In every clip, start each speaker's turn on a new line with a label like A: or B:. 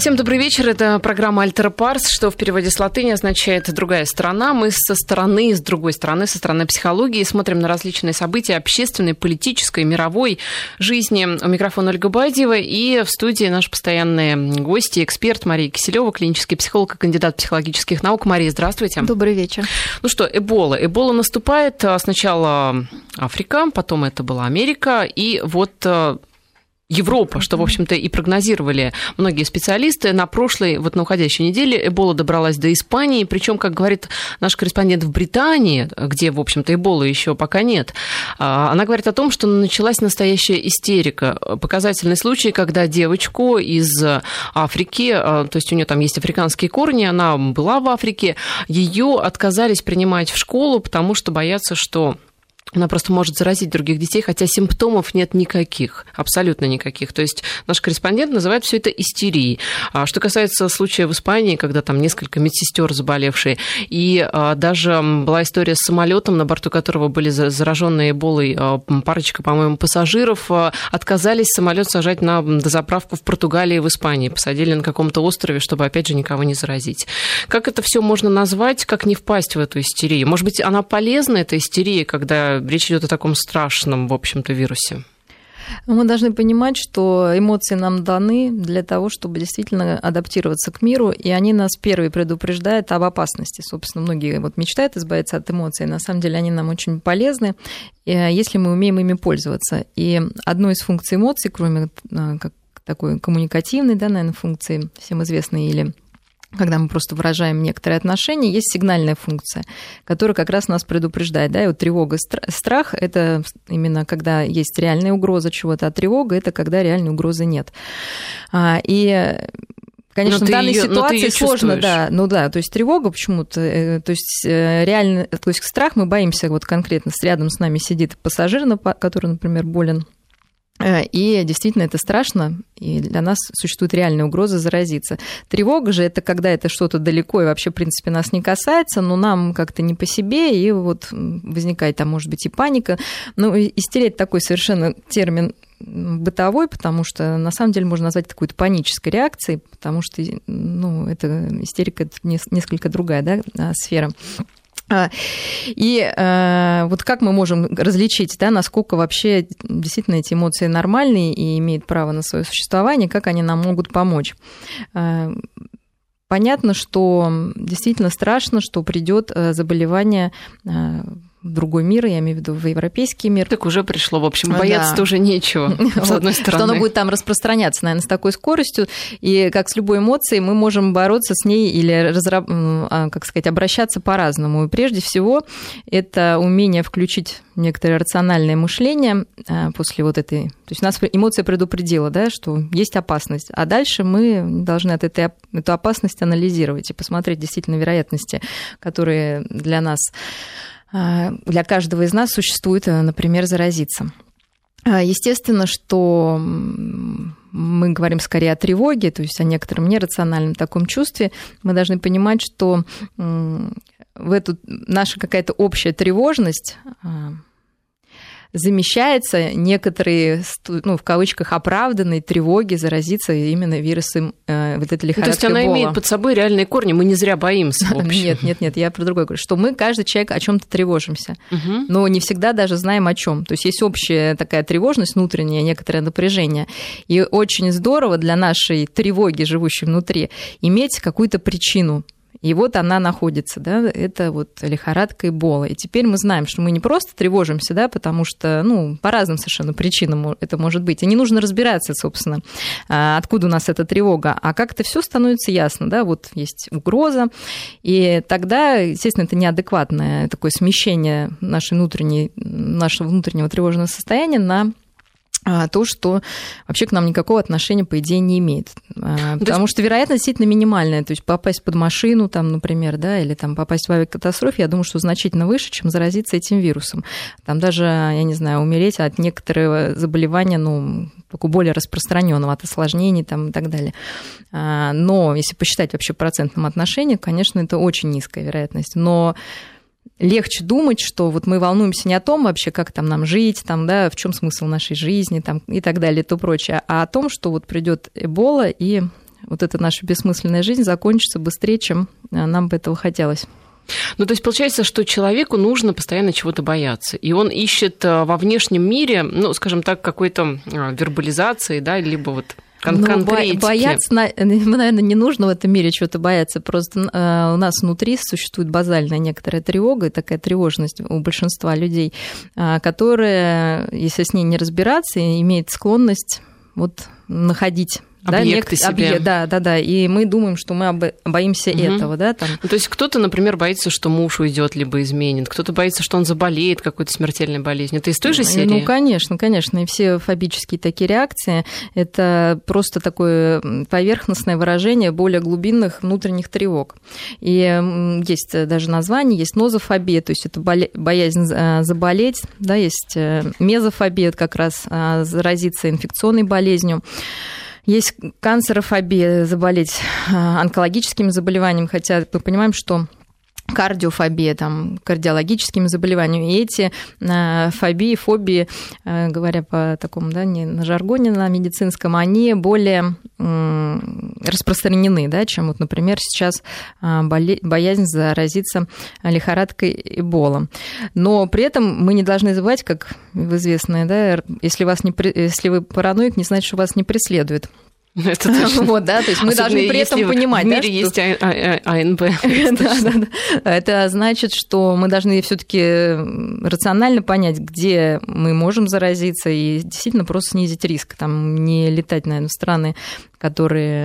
A: Всем добрый вечер. Это программа «Альтера Парс», что в переводе с латыни означает «другая сторона». Мы с другой стороны, со стороны психологии смотрим на различные события общественной, политической, мировой жизни. У микрофона Ольга Бадьева и в студии наши постоянные гости, эксперт Мария Киселева, клинический психолог и кандидат психологических наук. Мария, здравствуйте.
B: Добрый вечер.
A: Ну что, Эбола. Эбола наступает. Сначала Африка, потом это была Америка, и вот Европа, что, в общем-то, и прогнозировали многие специалисты. На прошлой, на уходящей неделе Эбола добралась до Испании, причем, как говорит наш корреспондент в Британии, где, в общем-то, Эболы еще пока нет, она говорит о том, что началась настоящая истерика. Показательный случай, когда девочку из Африки, то есть у нее там есть африканские корни, она была в Африке, ее отказались принимать в школу, потому что боятся, что она просто может заразить других детей, хотя симптомов нет никаких, абсолютно никаких. То есть наш корреспондент называет все это истерией. Что касается случая в Испании, когда там несколько медсестер заболевшие, и даже была история с самолетом, на борту которого были зараженные Эболой парочка, по-моему, пассажиров, отказались самолет сажать на дозаправку в Португалии и в Испании, посадили на каком-то острове, чтобы, опять же, никого не заразить. Как это все можно назвать, как не впасть в эту истерию? Может быть, она полезна, эта истерия, когда речь идет о таком страшном, в общем-то, вирусе?
B: Мы должны понимать, что эмоции нам даны для того, чтобы действительно адаптироваться к миру, и они нас первые предупреждают об опасности. Собственно, многие мечтают избавиться от эмоций, на самом деле они нам очень полезны, если мы умеем ими пользоваться. И одной из функций эмоций, кроме как такой коммуникативной, наверное, функции, всем известной, или когда мы просто выражаем некоторые отношения, есть сигнальная функция, которая как раз нас предупреждает. Да? И тревога, страх – это именно когда есть реальная угроза чего-то, а тревога – это когда реальной угрозы нет. И, конечно, в данной ситуации сложно, то есть тревога почему-то, то есть реально, то есть страх мы боимся, конкретно рядом с нами сидит пассажир, который, например, болен. И действительно это страшно, и для нас существует реальная угроза заразиться. Тревога же – это когда это что-то далеко и вообще, в принципе, нас не касается, но нам как-то не по себе, и возникает там, может быть, и паника. Ну, истерия – это такой совершенно термин бытовой, потому что на самом деле можно назвать это какой-то панической реакцией, потому что это истерика – это несколько другая сфера. И как мы можем различить, насколько вообще действительно эти эмоции нормальные и имеют право на свое существование, как они нам могут помочь? Понятно, что действительно страшно, что придет заболевание в другой мир, я имею в виду в европейский мир.
A: Так уже пришло, в общем, бояться-то уже нечего, с одной стороны.
B: Что оно будет там распространяться, наверное, с такой скоростью, и как с любой эмоцией мы можем бороться с ней или, обращаться по-разному. И прежде всего это умение включить некоторое рациональное мышление после этой... То есть нас эмоция предупредила, что есть опасность, а дальше мы должны эту опасность анализировать и посмотреть действительно вероятности, которые для каждого из нас существует, например, заразиться. Естественно, что мы говорим скорее о тревоге, то есть о некотором нерациональном таком чувстве. Мы должны понимать, что в эту наша какая-то общая тревожность замещается некоторые, в кавычках, оправданные тревоги заразиться именно вирусом этой лихорадки Эбола.
A: То есть она имеет под собой реальные корни, мы не зря боимся, в общем.
B: Нет, я про другое говорю, что мы, каждый человек, о чем то тревожимся, но не всегда даже знаем о чем. То есть есть общая такая тревожность внутренняя, некоторое напряжение, и очень здорово для нашей тревоги, живущей внутри, иметь какую-то причину. И она находится, это лихорадка Эбола. И теперь мы знаем, что мы не просто тревожимся, потому что, по разным совершенно причинам это может быть. И не нужно разбираться, собственно, откуда у нас эта тревога, а как-то все становится ясно, есть угроза, и тогда, естественно, это неадекватное такое смещение нашего внутреннего тревожного состояния на то, что вообще к нам никакого отношения, по идее, не имеет. Потому что вероятность действительно минимальная. То есть попасть под машину, например, или попасть в авиакатастрофу, я думаю, что значительно выше, чем заразиться этим вирусом. Там даже, я не знаю, умереть от некоторого заболевания, такого более распространенного, от осложнений и так далее. Но если посчитать вообще в процентном отношении, конечно, это очень низкая вероятность. Но легче думать, что мы волнуемся не о том вообще, как нам жить, в чем смысл нашей жизни и так далее, и то прочее, а о том, что придет Эбола и вот эта наша бессмысленная жизнь закончится быстрее, чем нам бы этого хотелось.
A: Ну, то есть получается, что человеку нужно постоянно чего-то бояться, и он ищет во внешнем мире, ну, скажем так, какой-то вербализации, да, либо вот конкретики.
B: Бояться, наверное, не нужно в этом мире чего-то бояться, просто у нас внутри существует базальная некоторая тревога, и такая тревожность у большинства людей, которая, если с ней не разбираться, имеет склонность вот находить
A: объекты себе.
B: Да. И мы думаем, что мы боимся этого, да. Там.
A: Ну, то есть кто-то, например, боится, что муж уйдет либо изменит, кто-то боится, что он заболеет какой-то смертельной болезнью. Это из той же серии?
B: Ну, конечно. И все фобические такие реакции – это просто такое поверхностное выражение более глубинных внутренних тревог. И есть даже название, есть нозофобия, то есть это боязнь заболеть, да, есть мезофобия, как раз заразиться инфекционной болезнью. Есть канцерофобия, заболеть онкологическими заболеваниями, хотя мы понимаем, что кардиофобия, там, кардиологическими заболеваниями. И эти фобии, говоря по такому, да, не на жаргоне, на медицинском, они более распространены, да, чем, вот, например, сейчас боязнь заразиться лихорадкой Эбола. Но при этом мы не должны забывать, как известно, да, если вы параноик, не значит, что вас не преследует.
A: Это точно.
B: Вот, да, то есть мы должны при этом понимать,
A: в мире есть АНБ.
B: Да. Это значит, что мы должны все-таки рационально понять, где мы можем заразиться, и действительно просто снизить риск. Там не летать, наверное, в страны, которые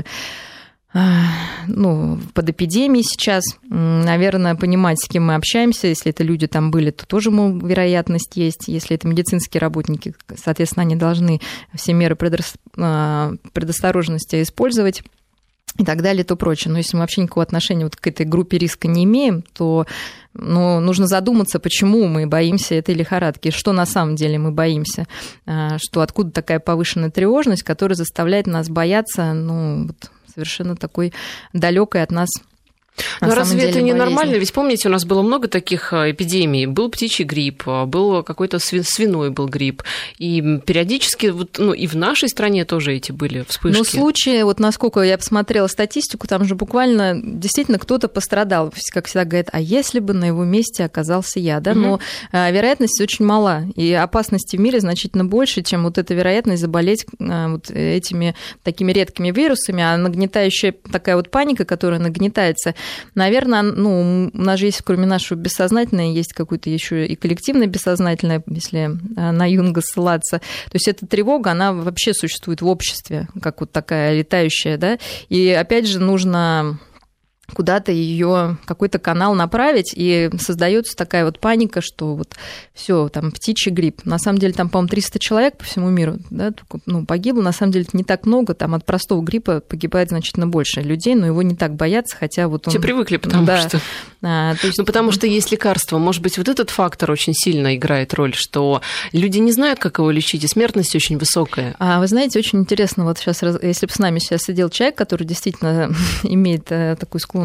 B: под эпидемией сейчас, наверное, понимать, с кем мы общаемся. Если это люди там были, то тоже вероятность есть. Если это медицинские работники, соответственно, они должны все меры предосторожности использовать и так далее, и то прочее. Но если мы вообще никакого отношения вот к этой группе риска не имеем, то нужно задуматься, почему мы боимся этой лихорадки, что на самом деле мы боимся, что откуда такая повышенная тревожность, которая заставляет нас бояться, совершенно такой далекой от нас.
A: Но разве это не нормально? Ведь помните, у нас было много таких эпидемий. Был птичий грипп, был какой-то свиной был грипп. И периодически, и в нашей стране тоже эти были вспышки.
B: Ну, случаи, вот насколько я посмотрела статистику, там же буквально действительно кто-то пострадал. Как всегда говорят, а если бы на его месте оказался я, да? Но вероятность очень мала. И опасности в мире значительно больше, чем вот эта вероятность заболеть вот этими такими редкими вирусами. А нагнетающая такая вот паника, которая нагнетается, наверное, у нас же есть, кроме нашего бессознательного, есть какое-то еще и коллективное бессознательное, если на Юнга ссылаться. То есть эта тревога, она вообще существует в обществе, как вот такая летающая, да. И опять же нужно куда-то ее какой-то канал направить, и создается такая вот паника, что вот все, там птичий грипп. На самом деле там, по-моему, 300 человек по всему миру, да, погибло. На самом деле это не так много, там от простого гриппа погибает значительно больше людей, но его не так боятся, хотя вот он...
A: Все привыкли, потому что... потому что есть лекарства. Может быть, вот этот фактор очень сильно играет роль, что люди не знают, как его лечить, и смертность очень высокая.
B: Вы знаете, очень интересно, вот сейчас, если бы с нами сейчас сидел человек, который действительно имеет такую склонность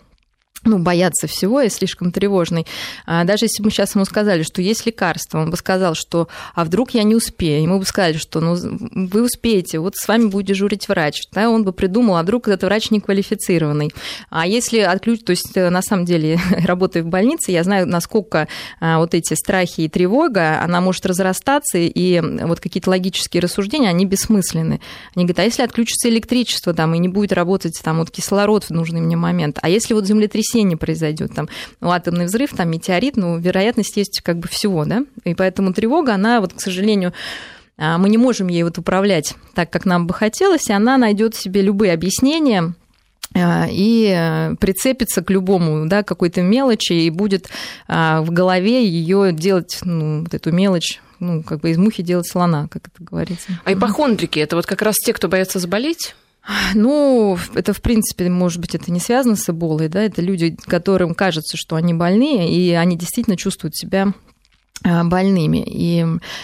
B: бояться всего и слишком тревожный. Даже если бы мы сейчас ему сказали, что есть лекарство, он бы сказал, что а вдруг я не успею. Ему бы сказали, что вы успеете, вот с вами будет дежурить врач. Да, он бы придумал, а вдруг этот врач неквалифицированный. А если отключить, то есть на самом деле, работая в больнице, я знаю, насколько вот эти страхи и тревога, она может разрастаться, и вот какие-то логические рассуждения, они бессмысленны. Они говорят, а если отключится электричество, там, и не будет работать там, вот кислород в нужный мне момент, а если вот землетрясение произойдет, там, атомный взрыв, там, метеорит, вероятность есть как бы всего, да, и поэтому тревога, она, вот, к сожалению, мы не можем ей вот управлять так, как нам бы хотелось, и она найдет себе любые объяснения и прицепится к любому, да, какой-то мелочи, и будет в голове ее делать, вот эту мелочь, как бы из мухи делать слона, как это говорится.
A: А ипохондрики – это вот как раз те, кто боятся заболеть?
B: Это, в принципе, может быть, это не связано с Эболой, да, это люди, которым кажется, что они больные, и они действительно чувствуют себя больными. И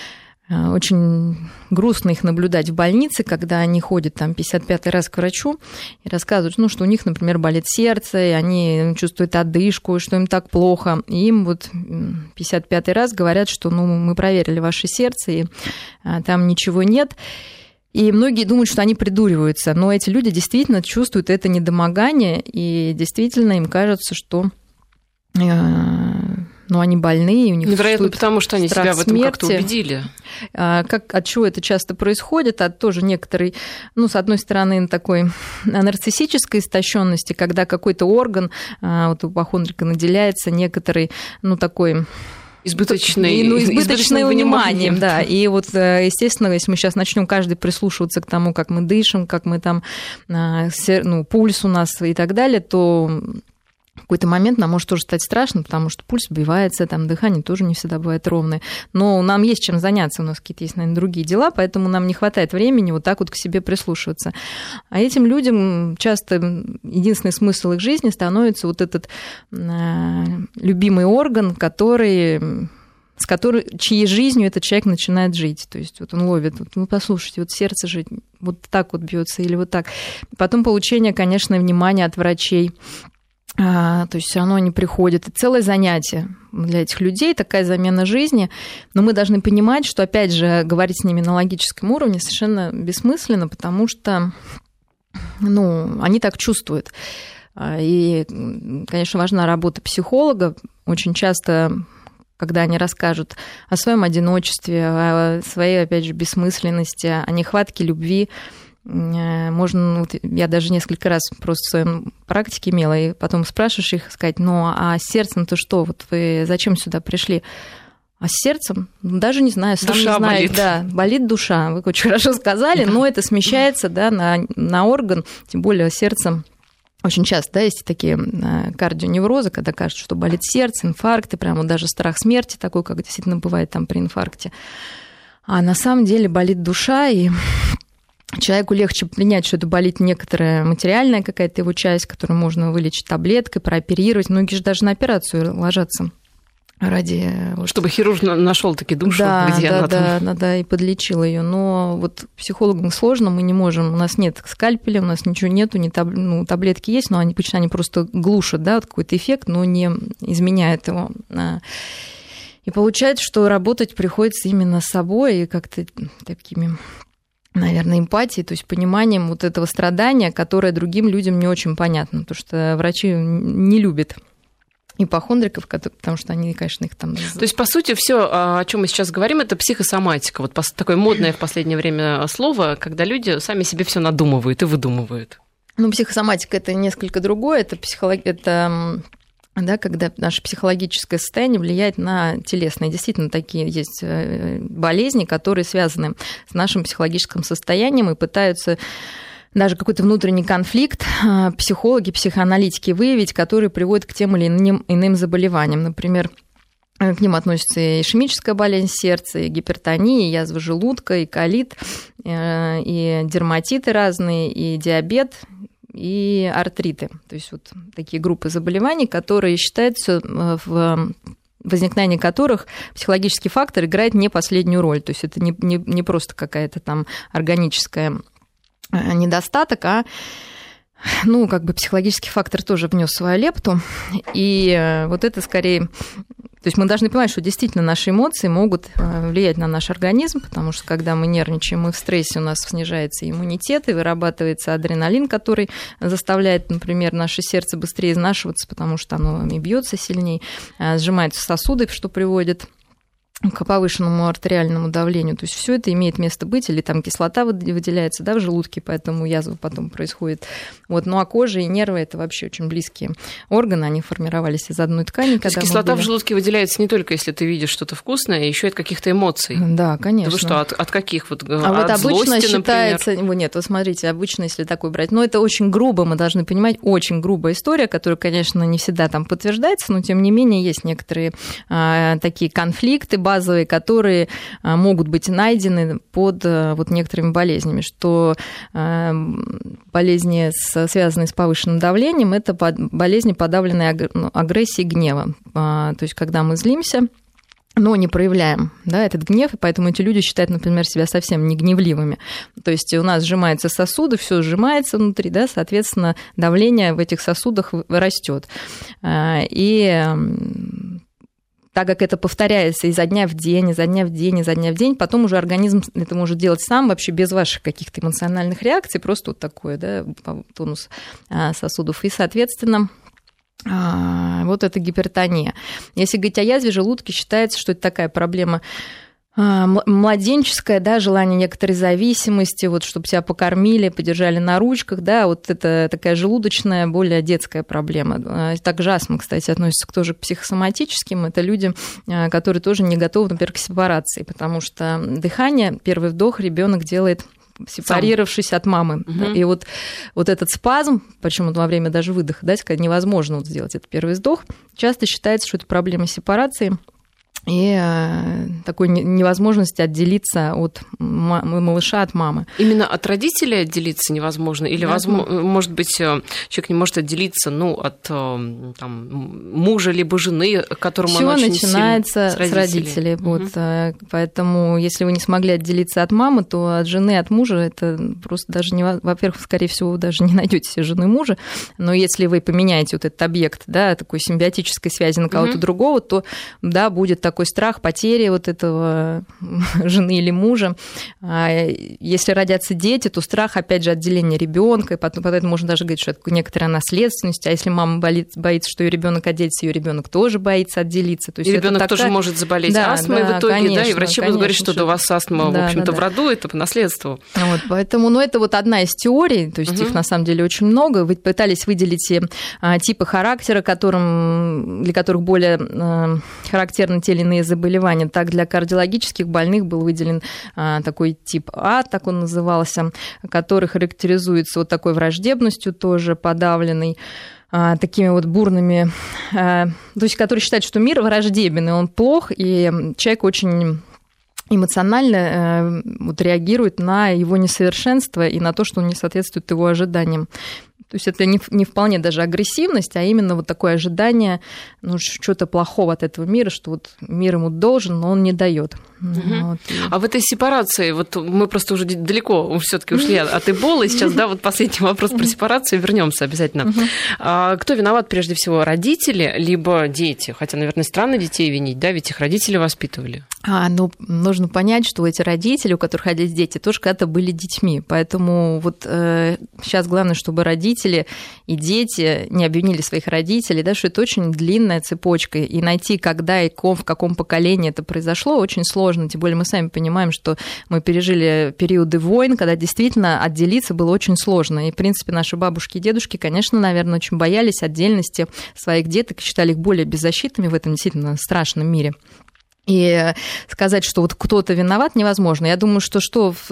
B: очень грустно их наблюдать в больнице, когда они ходят там 55-й раз к врачу и рассказывают, что у них, например, болит сердце, и они чувствуют одышку, что им так плохо. И им вот 55-й раз говорят, что мы проверили ваше сердце, и там ничего нет. И многие думают, что они придуриваются, но эти люди действительно чувствуют это недомогание, и действительно им кажется, что они больны, и у них
A: невероятно, потому что они себя в этом
B: смерти.
A: как-то убедили.
B: От чего это часто происходит? От тоже некоторой, с одной стороны, такой нарциссической истощенности, когда какой-то орган вот у ипохондрика наделяется некоторой, такой... избыточным вниманием, да. И вот, естественно, если мы сейчас начнем каждый прислушиваться к тому, как мы дышим, как мы там, пульс у нас и так далее, то в какой-то момент нам может тоже стать страшно, потому что пульс сбивается, там дыхание тоже не всегда бывает ровное. Но нам есть чем заняться, у нас какие-то есть, наверное, другие дела, поэтому нам не хватает времени вот так вот к себе прислушиваться. А этим людям часто единственный смысл их жизни становится вот этот любимый орган, чьей жизнью этот человек начинает жить. То есть вот он ловит, послушайте, вот сердце же вот так вот бьется или вот так. Потом получение, конечно, внимания от врачей. То есть все равно они приходят. Это целое занятие для этих людей, такая замена жизни. Но мы должны понимать, что, опять же, говорить с ними на логическом уровне совершенно бессмысленно, потому что они так чувствуют. И, конечно, важна работа психолога. Очень часто, когда они расскажут о своем одиночестве, о своей, опять же, бессмысленности, о нехватке любви, можно, я даже несколько раз просто в своей практике имела, и потом спрашиваешь их, сказать, а с сердцем-то что, вот вы зачем сюда пришли? А с сердцем? Даже не знаю, сам
A: душа
B: не знаю.
A: Болит.
B: Да, болит душа, вы очень хорошо сказали, но это смещается, да, на орган, тем более сердцем. Очень часто, есть такие кардионеврозы, когда кажется, что болит сердце, инфаркты, прямо даже страх смерти такой, как действительно бывает там при инфаркте. А на самом деле болит душа, и человеку легче принять, что это болит некоторая материальная какая-то его часть, которую можно вылечить таблеткой, прооперировать. Многие же даже на операцию ложатся ради...
A: Чтобы хирург нашел таки душу, где она там.
B: Да, и подлечил ее. Но вот психологам сложно, мы не можем, у нас нет скальпеля, у нас ничего нету, таблетки есть, но они просто глушат, да, вот какой-то эффект, но не изменяют его. И получается, что работать приходится именно с собой и как-то такими... наверное, эмпатией, то есть пониманием вот этого страдания, которое другим людям не очень понятно, потому что врачи не любят ипохондриков, потому что они, конечно, их там...
A: То есть, по сути, все, о чем мы сейчас говорим, это психосоматика. Вот такое модное в последнее время слово, когда люди сами себе все надумывают и выдумывают.
B: Психосоматика – это несколько другое, это да, когда наше психологическое состояние влияет на телесное. Действительно, такие есть болезни, которые связаны с нашим психологическим состоянием и пытаются даже какой-то внутренний конфликт психологи, психоаналитики выявить, который приводит к тем или иным заболеваниям. Например, к ним относятся и ишемическая болезнь сердца, и гипертония, и язва желудка, и колит, и дерматиты разные, и диабет, и артриты. То есть вот такие группы заболеваний, которые считаются в возникновении которых психологический фактор играет не последнюю роль. То есть это не просто какая-то там органическая недостаток, а психологический фактор тоже внес свою лепту. И вот это скорее... То есть мы должны понимать, что действительно наши эмоции могут влиять на наш организм, потому что когда мы нервничаем, мы в стрессе, у нас снижается иммунитет, и вырабатывается адреналин, который заставляет, например, наше сердце быстрее изнашиваться, потому что оно и бьется сильнее, сжимаются сосуды, что приводит к повышенному артериальному давлению. То есть все это имеет место быть, или там кислота выделяется, да, в желудке, поэтому язва потом происходит. Ну а кожа и нервы – это вообще очень близкие органы, они формировались из одной ткани.
A: То есть кислота в желудке выделяется не только, если ты видишь что-то вкусное, а еще от каких-то эмоций.
B: Да, конечно.
A: Вы что, от каких? От
B: обычно
A: злости,
B: считается...
A: например?
B: Нет, вот смотрите, обычно, если такой брать... это очень грубо, мы должны понимать, очень грубая история, которая, конечно, не всегда там подтверждается, но тем не менее есть некоторые такие конфликты базовые, которые могут быть найдены под вот некоторыми болезнями, что болезни, связанные с повышенным давлением, это болезни подавленной агрессии и гнева. То есть когда мы злимся, но не проявляем, да, этот гнев, и поэтому эти люди считают, например, себя совсем не гневливыми. То есть у нас сжимаются сосуды, все сжимается внутри, да, соответственно, давление в этих сосудах растет. И так как это повторяется изо дня в день, изо дня в день, изо дня в день, потом уже организм это может делать сам, вообще без ваших каких-то эмоциональных реакций, просто вот такой, да, тонус сосудов. И, соответственно, вот это гипертония. Если говорить о язве желудка, считается, что это такая проблема младенческое, да, желание некоторой зависимости, вот, чтобы себя покормили, подержали на ручках, да, вот это такая желудочная, более детская проблема. Также астма, кстати, относится тоже к психосоматическим. Это люди, которые тоже не готовы, например, к сепарации, потому что дыхание, первый вдох ребенок делает, сепарировавшись от мамы. Угу. И вот этот спазм, причем во время даже выдоха, да, когда невозможно вот сделать этот первый вдох, часто считается, что это проблема сепарации и такой невозможности отделиться от малыша от мамы.
A: Именно от родителей отделиться невозможно? Или, да, может быть, человек не может отделиться от там, мужа либо жены, к которому он очень
B: сильно... Всё начинается с родителей. Угу. Вот, поэтому, если вы не смогли отделиться от мамы, то от жены, от мужа это просто даже не... Во-первых, скорее всего, даже не найдете себе жены и мужа, но если вы поменяете вот этот объект, да, такой симбиотической связи на кого-то другого, то, да, будет такой страх потери вот этого жены или мужа. Если родятся дети, то страх, опять же, отделения ребенка, и поэтому можно даже говорить, что это некоторая наследственность. А если мама боится, что ее ребенок отделится, ее ребенок тоже боится отделиться. То есть и
A: ребенок тоже может заболеть астмой в итоге, конечно, да, и врачи будут говорить, что у вас астма, в общем-то, в роду, это по наследству.
B: Вот, поэтому, это вот одна из теорий, то есть их на самом деле очень много. Вы пытались выделить типы характера, для которых более характерны те или иные заболевания. Так, для кардиологических больных был выделен такой тип А, так он назывался, который характеризуется вот такой враждебностью, тоже подавленной, такими вот бурными, то есть который считает, что мир враждебен, и он плох, и человек очень эмоционально вот реагирует на его несовершенство и на то, что он не соответствует его ожиданиям. То есть это не вполне даже агрессивность, а именно вот такое ожидание, что-то плохого от этого мира, что вот мир ему должен, но он не дает.
A: Угу. Вот. А в этой сепарации, вот мы просто уже далеко все-таки ушли от эболы, сейчас, да, вот последний вопрос про сепарацию, вернемся обязательно. Кто виноват прежде всего, родители либо дети? Хотя, наверное, странно детей винить, да, ведь их родители воспитывали.
B: Нужно понять, что эти родители, у которых родились дети, тоже когда-то были детьми, поэтому вот сейчас главное, чтобы родители и дети не обвинили своих родителей, да, что это очень длинная цепочка, и найти, когда и в каком поколении это произошло, очень сложно. Тем более мы сами понимаем, что мы пережили периоды войн, когда действительно отделиться было очень сложно. И, в принципе, наши бабушки и дедушки, конечно, наверное, очень боялись отдельности своих деток, считали их более беззащитными в этом действительно страшном мире. И сказать, что вот кто-то виноват, невозможно. Я думаю, что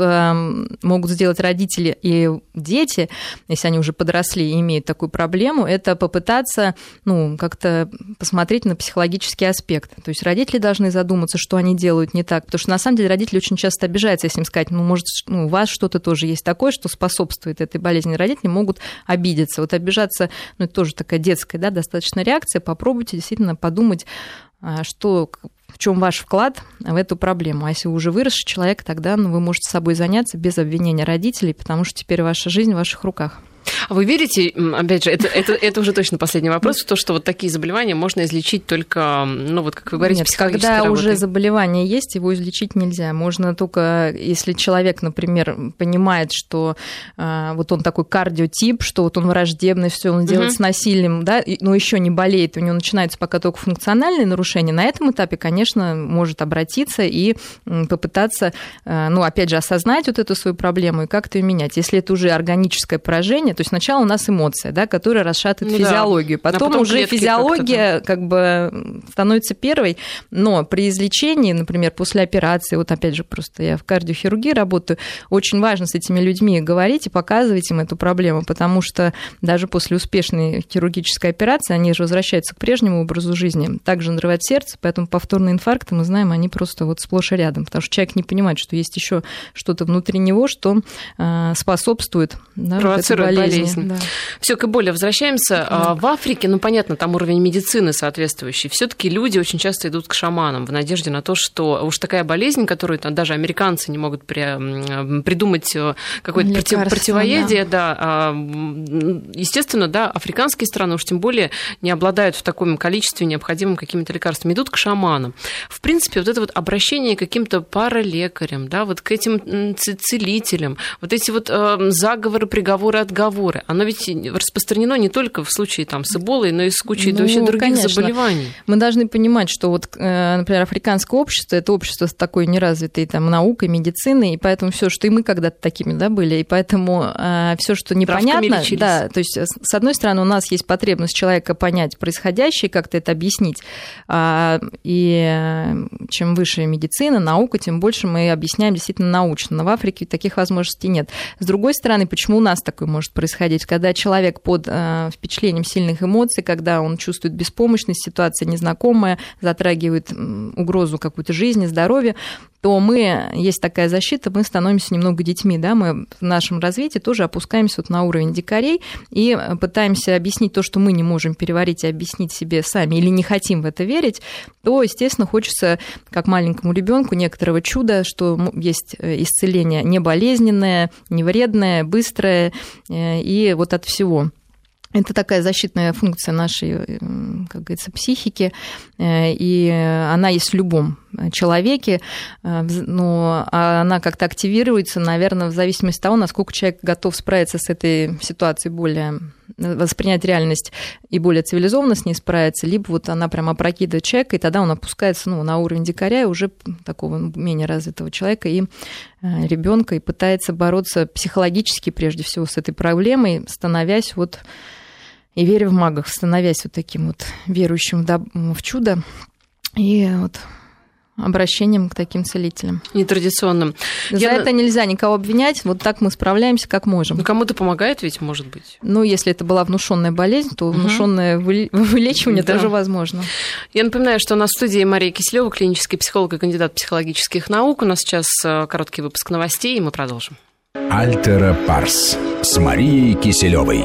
B: могут сделать родители и дети, если они уже подросли и имеют такую проблему, это попытаться как-то посмотреть на психологический аспект. То есть родители должны задуматься, что они делают не так. Потому что на самом деле родители очень часто обижаются, если им сказать, может, у вас что-то тоже есть такое, что способствует этой болезни. Родители могут обидеться. Вот обижаться, это тоже такая детская, да, достаточно реакция. Попробуйте действительно подумать, в чем ваш вклад в эту проблему. А если вы уже выросший человек, тогда вы можете собой заняться без обвинения родителей, потому что теперь ваша жизнь в ваших руках.
A: А вы верите, опять же, это уже точно последний вопрос, в то, что вот такие заболевания можно излечить только, как вы говорите, психологической
B: работой? Когда
A: уже
B: заболевание есть, его излечить нельзя. Можно только, если человек, например, понимает, что вот он такой кардиотип, что вот он враждебный, все он делает с насилием, да, но еще не болеет, у него начинаются пока только функциональные нарушения, на этом этапе, конечно, может обратиться и попытаться, опять же, осознать вот эту свою проблему и как-то ее менять. Если это уже органическое поражение, то есть сначала у нас эмоция, да, которая расшатывает физиологию, потом уже физиология становится первой, но при излечении, например, после операции, вот опять же, просто я в кардиохирургии работаю, очень важно с этими людьми говорить и показывать им эту проблему, потому что даже после успешной хирургической операции они же возвращаются к прежнему образу жизни, также надрывает сердце, поэтому повторные инфаркты, мы знаем, они просто вот сплошь и рядом, потому что человек не понимает, что есть еще что-то внутри него, что способствует, да, вот этой болезни.
A: болезнь. Да. Все, к Эболе возвращаемся. Да. В Африке, понятно, там уровень медицины соответствующий. Все-таки люди очень часто идут к шаманам в надежде на то, что уж такая болезнь, которую даже американцы не могут придумать какое-то противоядие. Да. Естественно, да, африканские страны уж тем более не обладают в таком количестве необходимым какими-то лекарствами. Идут к шаманам. В принципе, вот это вот обращение к каким-то паралекарям, да, вот к этим целителям, вот эти вот заговоры, приговоры, отговоры, оно ведь распространено не только в случае там, с Эболой, но и с кучей вообще других заболеваний.
B: Мы должны понимать, что вот, например, африканское общество, это общество с такой неразвитой там, наукой, медициной, и поэтому все, что и мы когда-то такими, да, были, и поэтому все, что непонятно, да, то есть, с одной стороны, у нас есть потребность человека понять происходящее, как-то это объяснить, и чем выше медицина, наука, тем больше мы объясняем действительно научно. Но в Африке таких возможностей нет. С другой стороны, почему у нас такое может происходить? Когда человек под впечатлением сильных эмоций, когда он чувствует беспомощность, ситуация незнакомая, затрагивает угрозу какой-то жизни, здоровья, то есть такая защита, мы становимся немного детьми, да, мы в нашем развитии тоже опускаемся вот на уровень дикарей и пытаемся объяснить то, что мы не можем переварить и объяснить себе сами или не хотим в это верить, то, естественно, хочется, как маленькому ребенку, некоторого чуда, что есть исцеление не болезненное, не вредное, быстрое и вот от всего. Это такая защитная функция нашей, как говорится, психики, и она есть в любом человеке, но она как-то активируется, наверное, в зависимости от того, насколько человек готов справиться с этой ситуацией, более воспринять реальность и более цивилизованно с ней справиться, либо вот она прям опрокидывает человека, и тогда он опускается на уровень дикаря, уже такого менее развитого человека и ребенка, и пытается бороться психологически, прежде всего, с этой проблемой, становясь вот и веря в магов, становясь вот таким вот верующим в чудо и вот обращением к таким целителям.
A: Нетрадиционным.
B: За это нельзя никого обвинять, вот так мы справляемся, как можем.
A: Ну, кому-то помогает ведь, может быть?
B: Ну, если это была внушенная болезнь, то внушенное вылечивание тоже возможно.
A: Я напоминаю, что у нас в студии Мария Киселева, клинический психолог и кандидат психологических наук. У нас сейчас короткий выпуск новостей, и мы продолжим.
C: Альтера Парс с Марией Киселевой.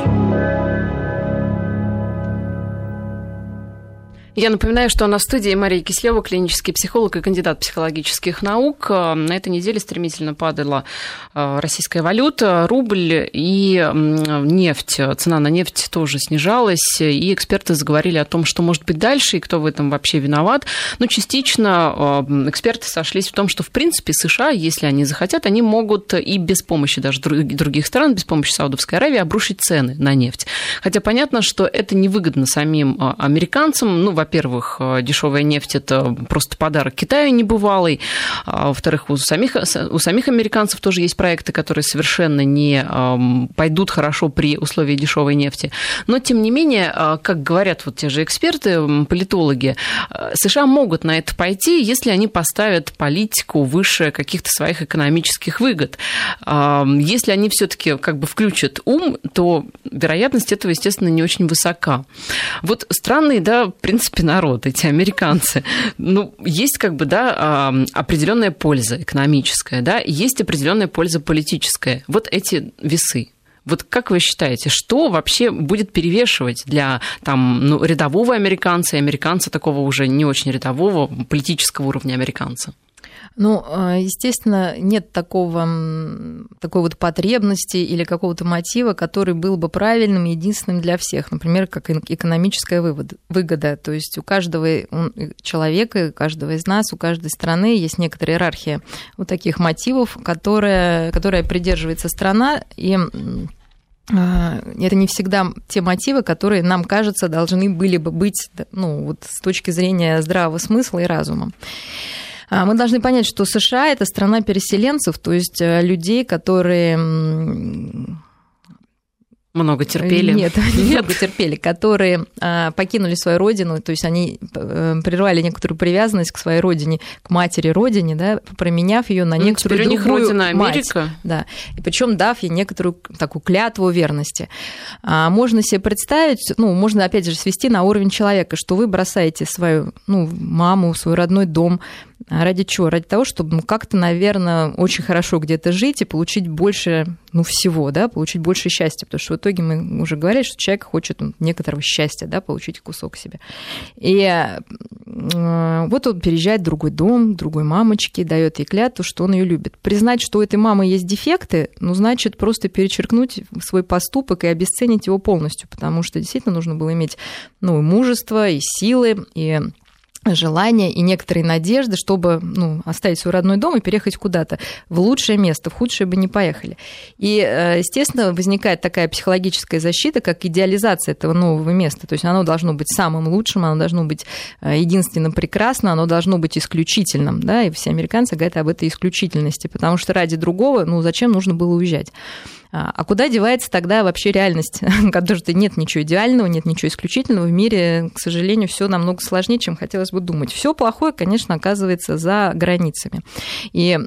A: Я напоминаю, что у нас в студии Мария Киселева, клинический психолог и кандидат психологических наук. На этой неделе стремительно падала российская валюта, рубль и нефть. Цена на нефть тоже снижалась, и эксперты заговорили о том, что может быть дальше и кто в этом вообще виноват. Но частично эксперты сошлись в том, что, в принципе, США, если они захотят, они могут и без помощи даже других стран, без помощи Саудовской Аравии обрушить цены на нефть. Хотя понятно, что это невыгодно самим американцам. Во-первых, дешевая нефть – это просто подарок Китаю небывалый. Во-вторых, у самих американцев тоже есть проекты, которые совершенно не пойдут хорошо при условии дешевой нефти. Но, тем не менее, как говорят вот те же эксперты, политологи, США могут на это пойти, если они поставят политику выше каких-то своих экономических выгод. Если они все-таки как бы включат ум, то вероятность этого, естественно, не очень высока. Вот странный, да, в принципе, народ, эти американцы. Есть как бы, да, определенная польза экономическая, да, есть определенная польза политическая. Вот эти весы. Вот как вы считаете, что вообще будет перевешивать для рядового американца и американца такого уже не очень рядового политического уровня американца?
B: Естественно, нет такой вот потребности или какого-то мотива, который был бы правильным и единственным для всех. Например, как экономическая выгода. То есть у каждого человека, у каждого из нас, у каждой страны есть некоторая иерархия вот таких мотивов, которая придерживается страна, и это не всегда те мотивы, которые, нам кажется, должны были бы быть с точки зрения здравого смысла и разума. Мы должны понять, что США – это страна переселенцев, то есть людей, которые…
A: Много терпели?
B: Нет, много терпели, которые покинули свою родину, то есть они прервали некоторую привязанность к своей родине, к матери-родине, да, променяв ее на некоторую другую
A: теперь у них родина Америка.
B: Мать, да, и причем дав ей некоторую такую клятву верности. Можно себе представить, можно опять же свести на уровень человека, что вы бросаете свою маму, свой родной дом, Ради чего? Ради того, чтобы как-то, наверное, очень хорошо где-то жить и получить больше, всего, да, получить больше счастья, потому что в итоге мы уже говорили, что человек хочет некоторого счастья, да, получить кусок себе. И вот он переезжает в другой дом, к другой мамочке, дает ей клятву, что он ее любит. Признать, что у этой мамы есть дефекты, значит просто перечеркнуть свой поступок и обесценить его полностью, потому что действительно нужно было иметь, и мужество, и силы, и желания и некоторые надежды, чтобы оставить свой родной дом и переехать куда-то в лучшее место, в худшее бы не поехали. И, естественно, возникает такая психологическая защита, как идеализация этого нового места. То есть оно должно быть самым лучшим, оно должно быть единственным прекрасным, оно должно быть исключительным. Да? И все американцы говорят об этой исключительности, потому что ради другого, зачем нужно было уезжать? А куда девается тогда вообще реальность? Потому что нет ничего идеального, нет ничего исключительного. В мире, к сожалению, все намного сложнее, чем хотелось бы думать. Все плохое, конечно, оказывается за границами. И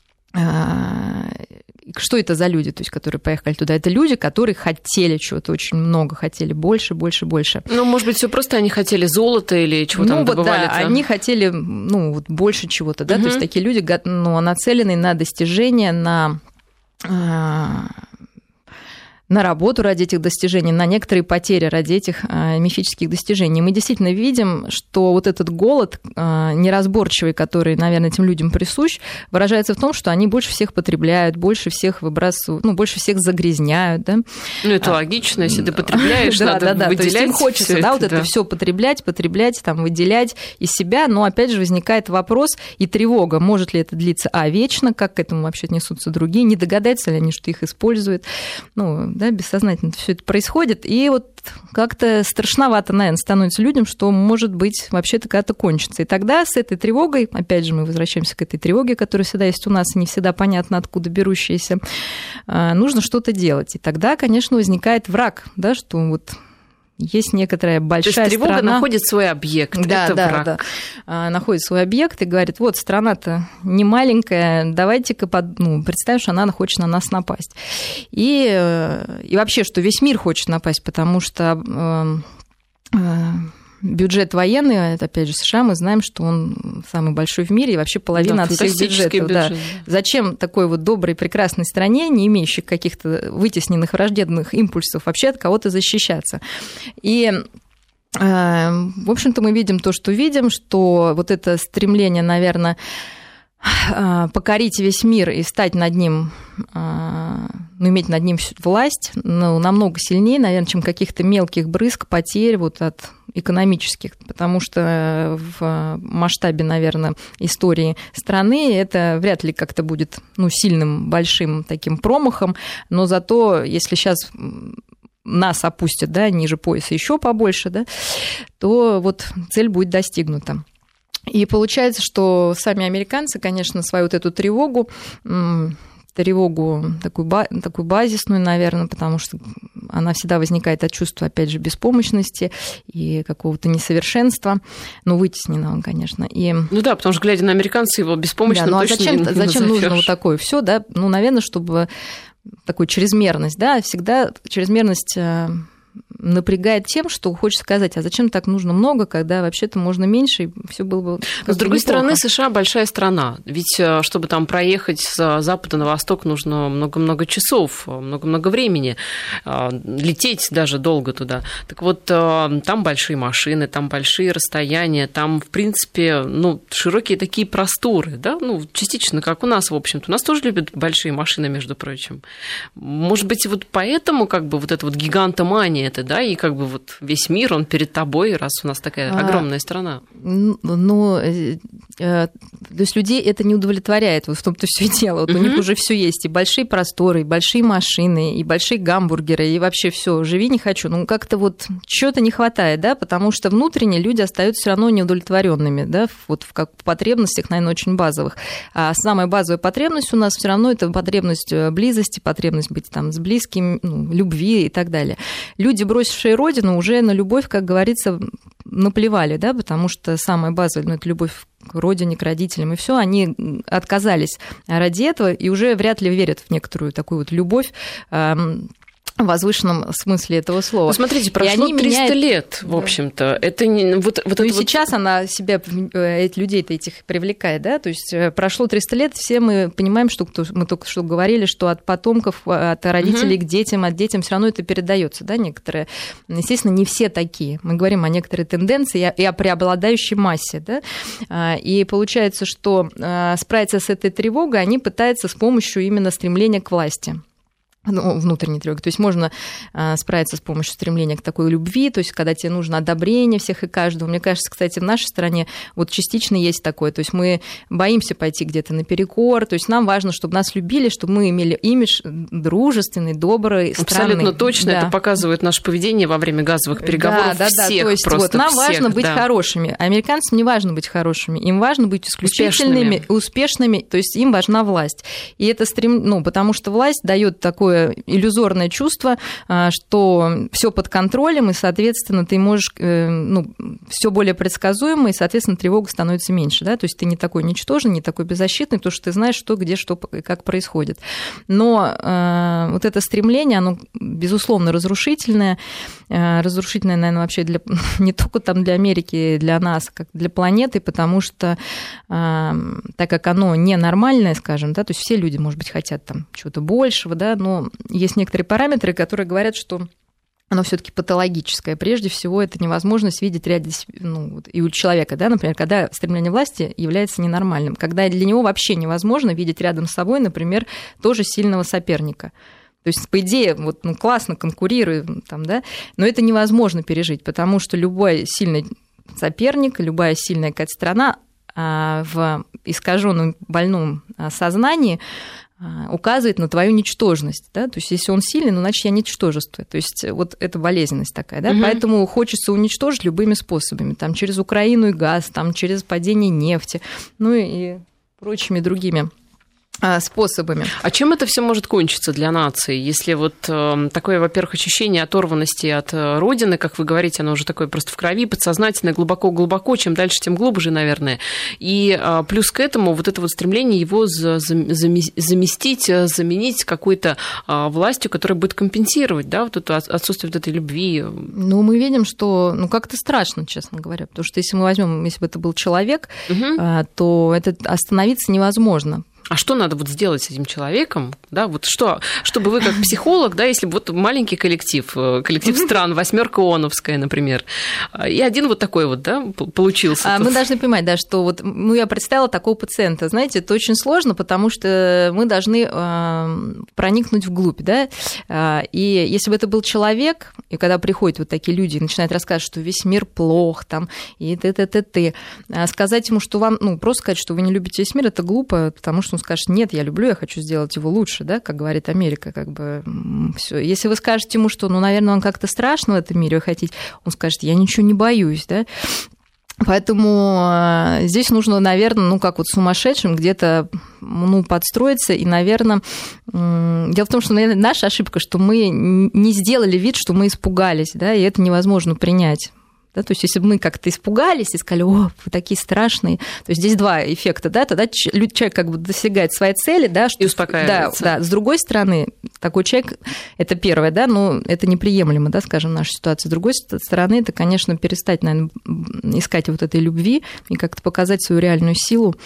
B: что это за люди, то есть, которые поехали туда? Это люди, которые хотели чего-то очень много, хотели больше, больше, больше.
A: Может быть, все просто они хотели золота или чего там добывали?
B: Да, они хотели больше чего-то, да, то есть такие люди нацеленные на достижение, на работу ради этих достижений, на некоторые потери ради этих мифических достижений. Мы действительно видим, что вот этот голод неразборчивый, который, наверное, этим людям присущ, выражается в том, что они больше всех потребляют, больше всех выбрасывают, больше всех загрязняют. Да?
A: Это логично, если ты потребляешь, надо выделять.
B: То есть им хочется это все потреблять, выделять из себя, но опять же возникает вопрос и тревога, может ли это длиться вечно, как к этому вообще отнесутся другие, не догадаются ли они, что их используют. Да, бессознательно все это происходит, и вот как-то страшновато, наверное, становится людям, что, может быть, вообще-то когда-то кончится. И тогда с этой тревогой, опять же, мы возвращаемся к этой тревоге, которая всегда есть у нас, и не всегда понятно, откуда берущаяся, нужно что-то делать. И тогда, конечно, возникает враг, да, что вот есть некоторая большая страна. То есть тревога
A: находит свой объект, это враг.
B: Да, находит свой объект и говорит, вот страна-то не маленькая, давайте-ка представим, что она хочет на нас напасть. И вообще, что весь мир хочет напасть, потому что бюджет военный, это опять же США, мы знаем, что он самый большой в мире, и вообще половина от всех бюджетов. Да. Зачем такой вот доброй, прекрасной стране, не имеющей каких-то вытесненных враждебных импульсов, вообще от кого-то защищаться? И в общем-то, мы видим то, что видим, что вот это стремление, наверное, покорить весь мир и стать над ним, иметь над ним власть, намного сильнее, наверное, чем каких-то мелких брызг, потерь вот от экономических, потому что в масштабе, наверное, истории страны это вряд ли как-то будет сильным, большим таким промахом, но зато, если сейчас нас опустят, да, ниже пояса еще побольше, да, то вот цель будет достигнута. И получается, что сами американцы, конечно, свою вот эту тревогу такую базисную, наверное, потому что она всегда возникает от чувства, опять же, беспомощности и какого-то несовершенства, вытесненного, конечно.
A: Да, потому что, глядя на американцев, его беспомощно точно не назовёшь.
B: Зачем нужно вот такое все, да? Наверное, чтобы такую чрезмерность, да, всегда чрезмерность напрягает тем, что хочется сказать, а зачем так нужно много, когда вообще-то можно меньше, и все было бы
A: с другой стороны, США большая страна, ведь чтобы там проехать с запада на восток, нужно много-много часов, много-много времени, лететь даже долго туда. Так вот, там большие машины, там большие расстояния, там, в принципе, широкие такие просторы, да, частично, как у нас, в общем-то. У нас тоже любят большие машины, между прочим. Может быть, вот поэтому как бы вот эта вот гигантомания, это, да, и как бы вот весь мир, он перед тобой, раз у нас такая огромная страна.
B: То есть людей это не удовлетворяет, вот в том-то все и дело. Вот у них уже все есть, и большие просторы, и большие машины, и большие гамбургеры, и вообще все, живи не хочу. Как-то вот чего-то не хватает, да, потому что внутренне люди остаются все равно неудовлетворенными, да, вот в потребностях, наверное, очень базовых. А самая базовая потребность у нас все равно это потребность близости, потребность быть там с близким, любви и так далее. Люди, бросившие родину, уже на любовь, как говорится, наплевали, да, потому что самая базовая, это любовь к родине, к родителям, и все, они отказались ради этого и уже вряд ли верят в некоторую такую вот любовь возвышенном смысле этого слова.
A: Смотрите, прошло 300 лет, в общем-то. Это не...
B: сейчас она себя, людей-то этих привлекает, да? То есть прошло 300 лет, все мы понимаем, что мы только что говорили, что от потомков, от родителей к детям, от детям все равно это передается, да, некоторые. Естественно, не все такие. Мы говорим о некоторой тенденции и о преобладающей массе, да? И получается, что справиться с этой тревогой они пытаются с помощью именно стремления к власти. Внутренней тревоги. То есть можно справиться с помощью стремления к такой любви, то есть когда тебе нужно одобрение всех и каждого. Мне кажется, кстати, в нашей стране вот частично есть такое. То есть мы боимся пойти где-то наперекор, то есть нам важно, чтобы нас любили, чтобы мы имели имидж дружественный, добрый, странный.
A: Абсолютно точно. Да. Это показывает наше поведение во время газовых переговоров всех.
B: То есть
A: просто
B: вот, нам
A: всех,
B: важно быть хорошими. Американцам не важно быть хорошими. Им важно быть исключительными, успешными. То есть им важна власть. И это потому что власть дает такое иллюзорное чувство, что все под контролем, и, соответственно, ты можешь, все более предсказуемо, и, соответственно, тревога становится меньше, да, то есть ты не такой ничтожный, не такой беззащитный, потому что ты знаешь, что, где, что, как происходит. Но вот это стремление, оно, безусловно, разрушительное, наверное, вообще не только там для Америки, для нас, как для планеты, потому что так как оно ненормальное, скажем, да, то есть все люди, может быть, хотят там чего-то большего, да, но есть некоторые параметры, которые говорят, что оно все-таки патологическое. Прежде всего, это невозможность видеть ряд, и у человека, да, например, когда стремление власти является ненормальным, когда для него вообще невозможно видеть рядом с собой, например, тоже сильного соперника. То есть, по идее, классно конкурируем, там, да, но это невозможно пережить, потому что любой сильный соперник, любая сильная какая-то страна в искаженном больном сознании указывает на твою ничтожность, да, то есть если он сильный, значит я ничтожество, то есть вот это болезненность такая, да, поэтому хочется уничтожить любыми способами, там через Украину и газ, там через падение нефти, и прочими другими способами.
A: А чем это все может кончиться для нации, если вот такое, во-первых, ощущение оторванности от родины, как вы говорите, оно уже такое просто в крови, подсознательное, глубоко-глубоко, чем дальше, тем глубже, наверное. И плюс к этому вот это вот стремление его заменить какой-то властью, которая будет компенсировать, да, вот это отсутствие вот этой любви.
B: Мы видим, что, как-то страшно, честно говоря, потому что если мы возьмем, если бы это был человек, то это остановиться невозможно.
A: А что надо вот сделать с этим человеком, да, вот что, чтобы вы как психолог, да, если бы вот маленький коллектив стран, 8 ООНовская, например, и один вот такой вот, да, получился.
B: Мы должны понимать, да, что вот, я представила такого пациента, знаете, это очень сложно, потому что мы должны проникнуть вглубь, да, и если бы это был человек, и когда приходят вот такие люди и начинают рассказывать, что весь мир плох, там, и т. Сказать ему, что вам, просто сказать, что вы не любите весь мир, это глупо, потому что он скажет, нет, я люблю, я хочу сделать его лучше, да, как говорит Америка, как бы всё. Если вы скажете ему, что, наверное, вам как-то страшно в этом мире хотеть, он скажет, я ничего не боюсь, да. Поэтому здесь нужно, наверное, как вот сумасшедшим где-то подстроиться, и, наверное, дело в том, что, наверное, наша ошибка, что мы не сделали вид, что мы испугались, да, и это невозможно принять. Да, то есть, если бы мы как-то испугались и сказали, вы такие страшные, то есть здесь два эффекта, да, тогда человек как бы достигает своей цели, да,
A: и успокаивается.
B: Да, с другой стороны, такой человек, это первое, да, но это неприемлемо, да, скажем, наша ситуация. С другой стороны, это, конечно, перестать, наверное, искать вот этой любви и как-то показать свою реальную силу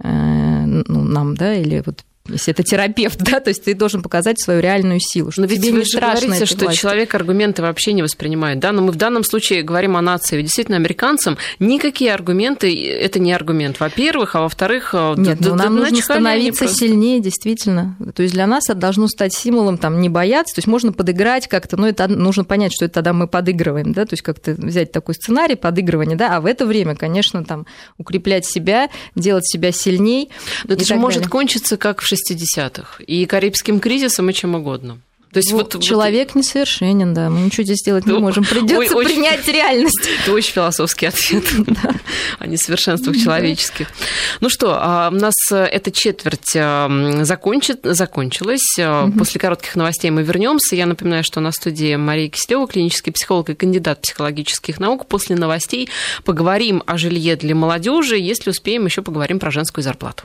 B: нам, да, или вот если это терапевт, да, то есть ты должен показать свою реальную силу, что тебе не страшно.
A: Вы говорите, что
B: власти.
A: Человек аргументы вообще не воспринимает, да, но мы в данном случае говорим о нации. Ведь действительно, американцам никакие аргументы – это не аргумент, во-первых, а во-вторых…
B: Нет, нам нужно становиться сильнее, действительно. То есть для нас это должно стать символом, там, не бояться, то есть можно подыграть как-то, но это нужно понять, что это тогда мы подыгрываем, да, то есть как-то взять такой сценарий подыгрывания, да, а в это время, конечно, там, укреплять себя, делать себя сильней.
A: Но это же может кончиться, как в 60-х, и Карибским кризисом, и чем угодно.
B: То есть человек несовершенен, да, мы ничего здесь сделать не можем, придется принять реальность.
A: Это очень философский ответ о несовершенствах человеческих. Ну что, у нас эта четверть закончилась. После коротких новостей мы вернемся. Я напоминаю, что на студии Мария Киселева, клинический психолог и кандидат психологических наук. После новостей поговорим о жилье для молодежи. Если успеем, еще поговорим про женскую зарплату.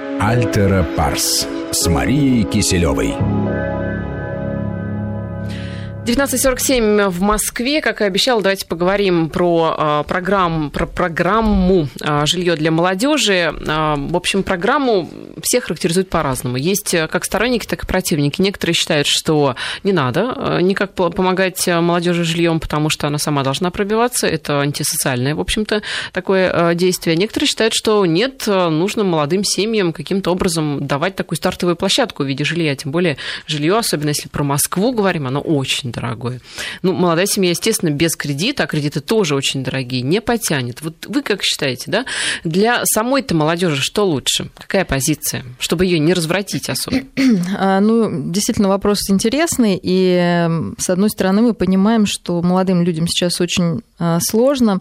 C: Альтера Парс с Марией Киселевой.
A: 19:47 в Москве. Как и обещала, давайте поговорим про программу «Жилье для молодежи». В общем, программу все характеризуют по-разному. Есть как сторонники, так и противники. Некоторые считают, что не надо никак помогать молодежи жильем, потому что она сама должна пробиваться. Это антисоциальное, в общем-то, такое действие. Некоторые считают, что нет, нужно молодым семьям каким-то образом давать такую стартовую площадку в виде жилья. Тем более жилье, особенно если про Москву говорим, оно очень дорогое. Ну, молодая семья, естественно, без кредита, а кредиты тоже очень дорогие, не потянет. Вот вы как считаете, да? Для самой-то молодежи что лучше? Какая позиция? Чтобы ее не развратить особо.
B: Ну, действительно, вопрос интересный. И, с одной стороны, мы понимаем, что молодым людям сейчас очень сложно.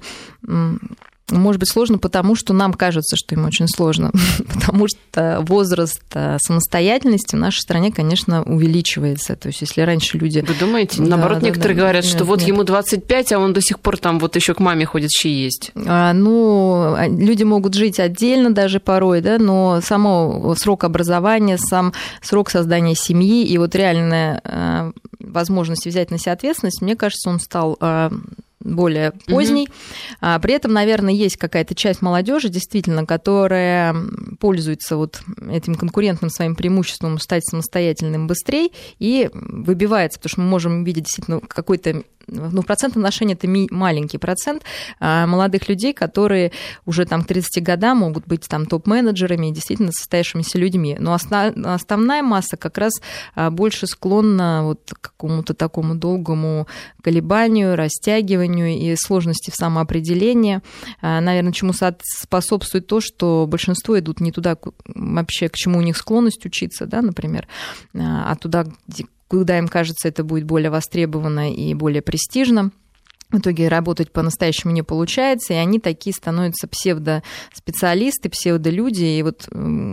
B: Может быть, сложно, потому что нам кажется, что им очень сложно, потому что возраст самостоятельности в нашей стране, конечно, увеличивается. То есть, если раньше люди...
A: Вы думаете? Наоборот, некоторые говорят, что вот ему 25, а он до сих пор там вот еще к маме ходит, щи есть.
B: Ну, люди могут жить отдельно даже порой, да, но само срок образования, сам срок создания семьи и вот реальная возможность взять на себя ответственность, мне кажется, он стал более поздний. При этом, наверное, есть какая-то часть молодежи, действительно, которая пользуется вот этим конкурентным своим преимуществом стать самостоятельным быстрее и выбивается, потому что мы можем видеть действительно какой-то, ну, в процентном отношении это маленький процент молодых людей, которые уже там к 30 годам могут быть там топ-менеджерами и действительно состоявшимися людьми. Но основная масса как раз больше склонна вот к какому-то такому долгому колебанию, растягиванию и сложности в самоопределении. Наверное, чему способствует то, что большинство идут не туда вообще, к чему у них склонность учиться, да, например, а туда, куда им кажется, это будет более востребовано и более престижно. В итоге работать по-настоящему не получается, и они такие становятся псевдоспециалисты, псевдолюди, и вот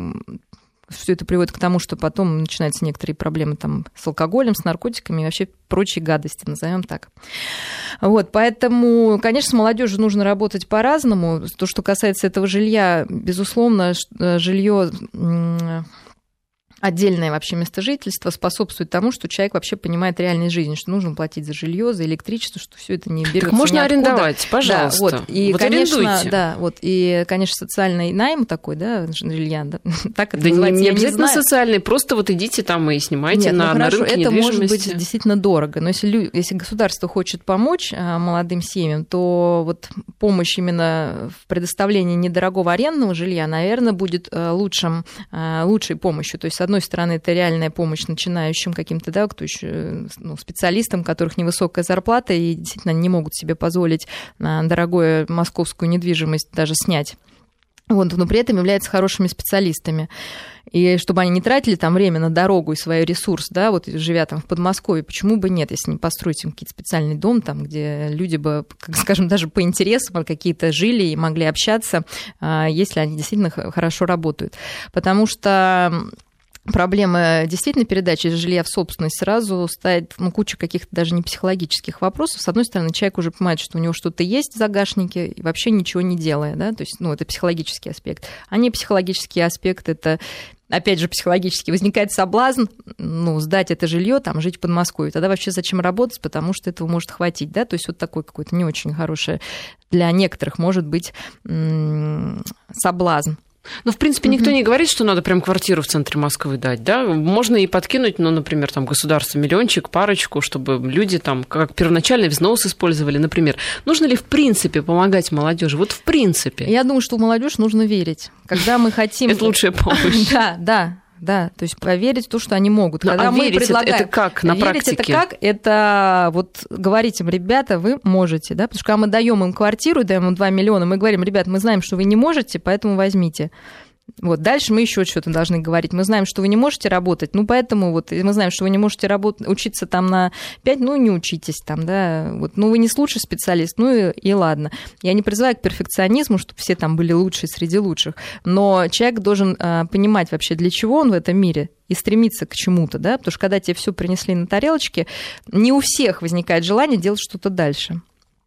B: все это приводит к тому, что потом начинаются некоторые проблемы там с алкоголем, с наркотиками и вообще прочие гадости, назовем так. Вот, поэтому, конечно, с молодежью нужно работать по-разному. То, что касается этого жилья, безусловно, жилье отдельное вообще место жительства способствует тому, что человек вообще понимает реальность жизни, что нужно платить за жилье, за электричество, что все это не берется.
A: Так можно арендовать, пожалуйста.
B: Да, вот. И,
A: вот
B: конечно,
A: арендуйте.
B: Да, вот. И, конечно, социальный найм такой, да, жилья, да, так это
A: да
B: называется,
A: не обязательно социальный, просто вот идите там и снимайте. Нет, на рынке
B: это
A: недвижимости.
B: Может быть действительно дорого, но если государство хочет помочь молодым семьям, то вот помощь именно в предоставлении недорогого арендного жилья, наверное, будет лучшей помощью. То есть, с одной стороны, это реальная помощь начинающим каким-то, да, кто еще, специалистам, у которых невысокая зарплата и действительно не могут себе позволить дорогую московскую недвижимость даже снять. Вот, но при этом являются хорошими специалистами. И чтобы они не тратили там время на дорогу и свой ресурс, да, вот живя там в Подмосковье, почему бы нет, если не построить им какой-то специальный дом, там, где люди бы, скажем, даже по интересам какие-то жили и могли общаться, если они действительно хорошо работают. Потому что проблема действительно передачи жилья в собственность сразу ставит кучу каких-то даже не психологических вопросов. С одной стороны, человек уже понимает, что у него что-то есть в загашнике, и вообще ничего не делая, да, то есть, это психологический аспект. А не психологический аспект, это, опять же, психологически возникает соблазн, сдать это жилье, там, жить в Подмосковье. Тогда вообще зачем работать, потому что этого может хватить, да, то есть вот такой какой-то не очень хороший для некоторых может быть соблазн.
A: Ну, в принципе, никто не говорит, что надо прям квартиру в центре Москвы дать, да? Можно и подкинуть, например, там, государство миллиончик, парочку, чтобы люди там как первоначальный взнос использовали, например. Нужно ли в принципе помогать молодежи? Вот в принципе.
B: Я думаю, что в молодежь нужно верить. Когда мы хотим...
A: Это лучшая помощь.
B: Да, то есть поверить в то, что они могут. Когда мы предлагаем...
A: это как на практике?
B: Верить это как? Это вот говорить им, ребята, вы можете, да, потому что когда мы даем им квартиру, даем им 2 миллиона, мы говорим, ребят, мы знаем, что вы не можете, поэтому возьмите. Вот, дальше мы еще что-то должны говорить. Мы знаем, что вы не можете работать, поэтому вот мы знаем, что вы не можете учиться там на 5, не учитесь там, да, вот, вы не лучший специалист, и ладно. Я не призываю к перфекционизму, чтобы все там были лучшие среди лучших, но человек должен понимать вообще, для чего он в этом мире, и стремиться к чему-то, да, потому что когда тебе все принесли на тарелочке, не у всех возникает желание делать что-то дальше.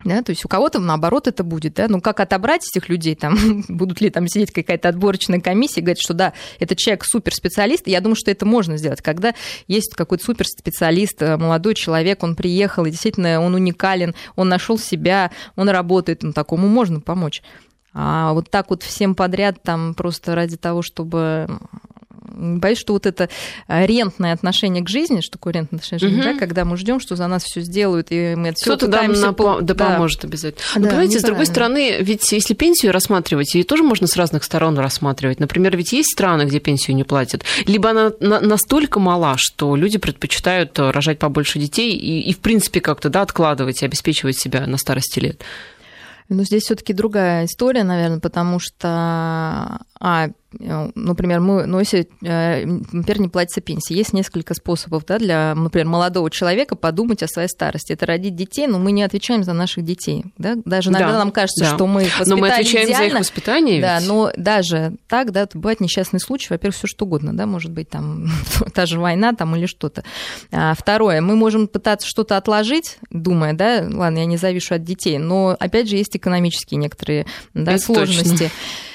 B: Да, то есть у кого-то, наоборот, это будет. Да? Ну, как отобрать этих людей? Там, будут ли там сидеть какая-то отборочная комиссия и говорить, что да, этот человек суперспециалист. Я думаю, что это можно сделать. Когда есть какой-то суперспециалист, молодой человек, он приехал, и действительно он уникален, он нашел себя, он работает, ну, такому можно помочь. А вот так вот всем подряд, там, просто ради того, чтобы... Боюсь, что вот это рентное отношение к жизни, что такое рентное отношение к жизни, да, когда мы ждем, что за нас все сделают, и мы это
A: кто-то
B: пытаемся...
A: поможет обязательно. Но, понимаете, с другой стороны, ведь если пенсию рассматривать, ее тоже можно с разных сторон рассматривать. Например, ведь есть страны, где пенсию не платят. Либо она настолько мала, что люди предпочитают рожать побольше детей и в принципе, как-то, да, откладывать и обеспечивать себя на старости лет.
B: Ну, здесь все-таки другая история, наверное, потому что, например, если, например, не платится пенсия, есть несколько способов, да, для, например, молодого человека подумать о своей старости. Это родить детей, но мы не отвечаем за наших детей. Да? Даже иногда нам кажется, что мы их воспитали
A: но мы отвечаем
B: идеально,
A: за их воспитание.
B: Да,
A: ведь.
B: но даже так, да, бывает несчастный случай, во-первых, все что угодно, да, может быть, там та же война там, или что-то. Второе, мы можем пытаться что-то отложить, думая, да, ладно, я не завишу от детей, но, опять же, есть экономические некоторые, да, сложности.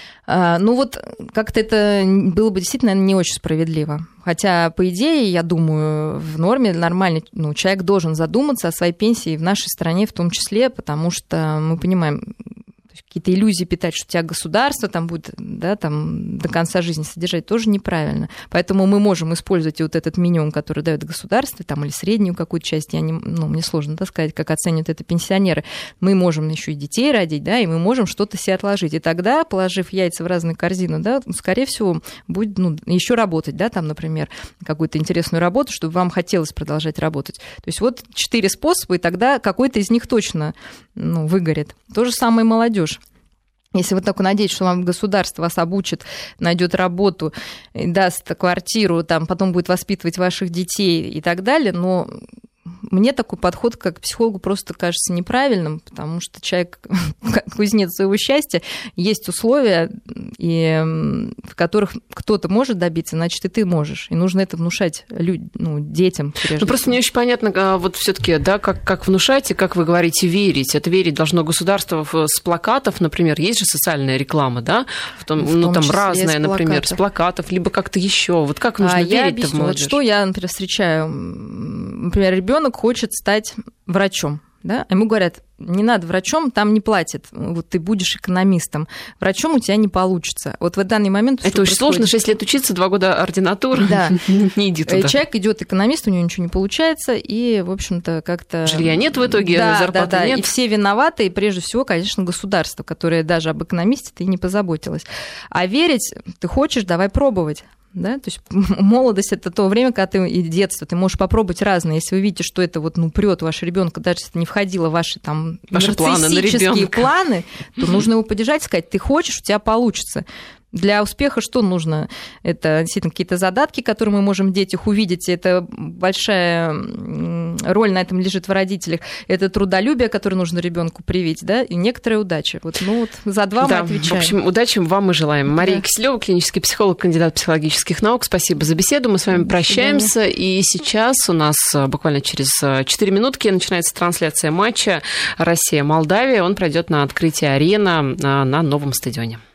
B: Ну вот как-то это было бы действительно, наверное, не очень справедливо. Хотя, по идее, я думаю, в норме нормально, ну, человек должен задуматься о своей пенсии в нашей стране в том числе, потому что мы понимаем, какие-то иллюзии питать, что тебя государство там будет, да, там, до конца жизни содержать, тоже неправильно. Поэтому мы можем использовать вот этот минимум, который дает государство, там, или среднюю какую-то часть, мне сложно, да, сказать, как оценивают это пенсионеры. Мы можем еще и детей родить, да, и мы можем что-то себе отложить. И тогда, положив яйца в разные корзины, да, скорее всего, будет, еще работать, да, там, например, какую-то интересную работу, чтобы вам хотелось продолжать работать. То есть вот 4 способа, и тогда какой-то из них точно, выгорит. То же самое и молодежь. Если вы только надеетесь, что вам государство вас обучит, найдет работу, даст квартиру, там, потом будет воспитывать ваших детей и так далее, но мне такой подход, как психологу, просто кажется неправильным, потому что человек, как кузнец своего счастья, есть условия, в которых кто-то может добиться, значит, и ты можешь. И нужно это внушать детям.
A: Просто не очень понятно, вот все-таки, да, как внушать и как вы говорите, верить. Это верить должно государство с плакатов, например, есть же социальная реклама, да, там разная, например, с плакатов, либо как-то еще. Вот как нужно верить-то в молодежь?
B: Вот что я, например, встречаю, например, ребенок хочет стать врачом, да, ему говорят, не надо врачом, там не платят, вот ты будешь экономистом, врачом у тебя не получится. Вот в данный момент...
A: Это очень сложно, 6 лет учиться, 2 года ординатуры,
B: да.
A: Не иди туда.
B: Человек идет экономист, у него ничего не получается, и, в общем-то, как-то...
A: Жилья нет в итоге, зарплаты нет.
B: И все виноваты, и прежде всего, конечно, государство, которое даже об экономисте-то и не позаботилось. А верить ты хочешь, давай пробовать. Да? То есть молодость – это то время, когда и детство, ты можешь попробовать разное. Если вы видите, что это прёт вашего ребенка, даже если это не входило в ваши нарциссические планы, то нужно его поддержать, сказать, ты хочешь, у тебя получится. Для успеха что нужно? Это действительно какие-то задатки, которые мы можем в детях увидеть. Это большая роль на этом лежит в родителях. Это трудолюбие, которое нужно ребенку привить, да, и некоторая удача. За 2 мы отвечаем.
A: В общем, удачи вам мы желаем. Мария Киселева, клинический психолог, кандидат психологических наук. Спасибо за беседу. Мы с вами прощаемся. И сейчас у нас буквально через 4 минутки начинается трансляция матча Россия-Молдавия. Он пройдет на открытии арены на новом стадионе.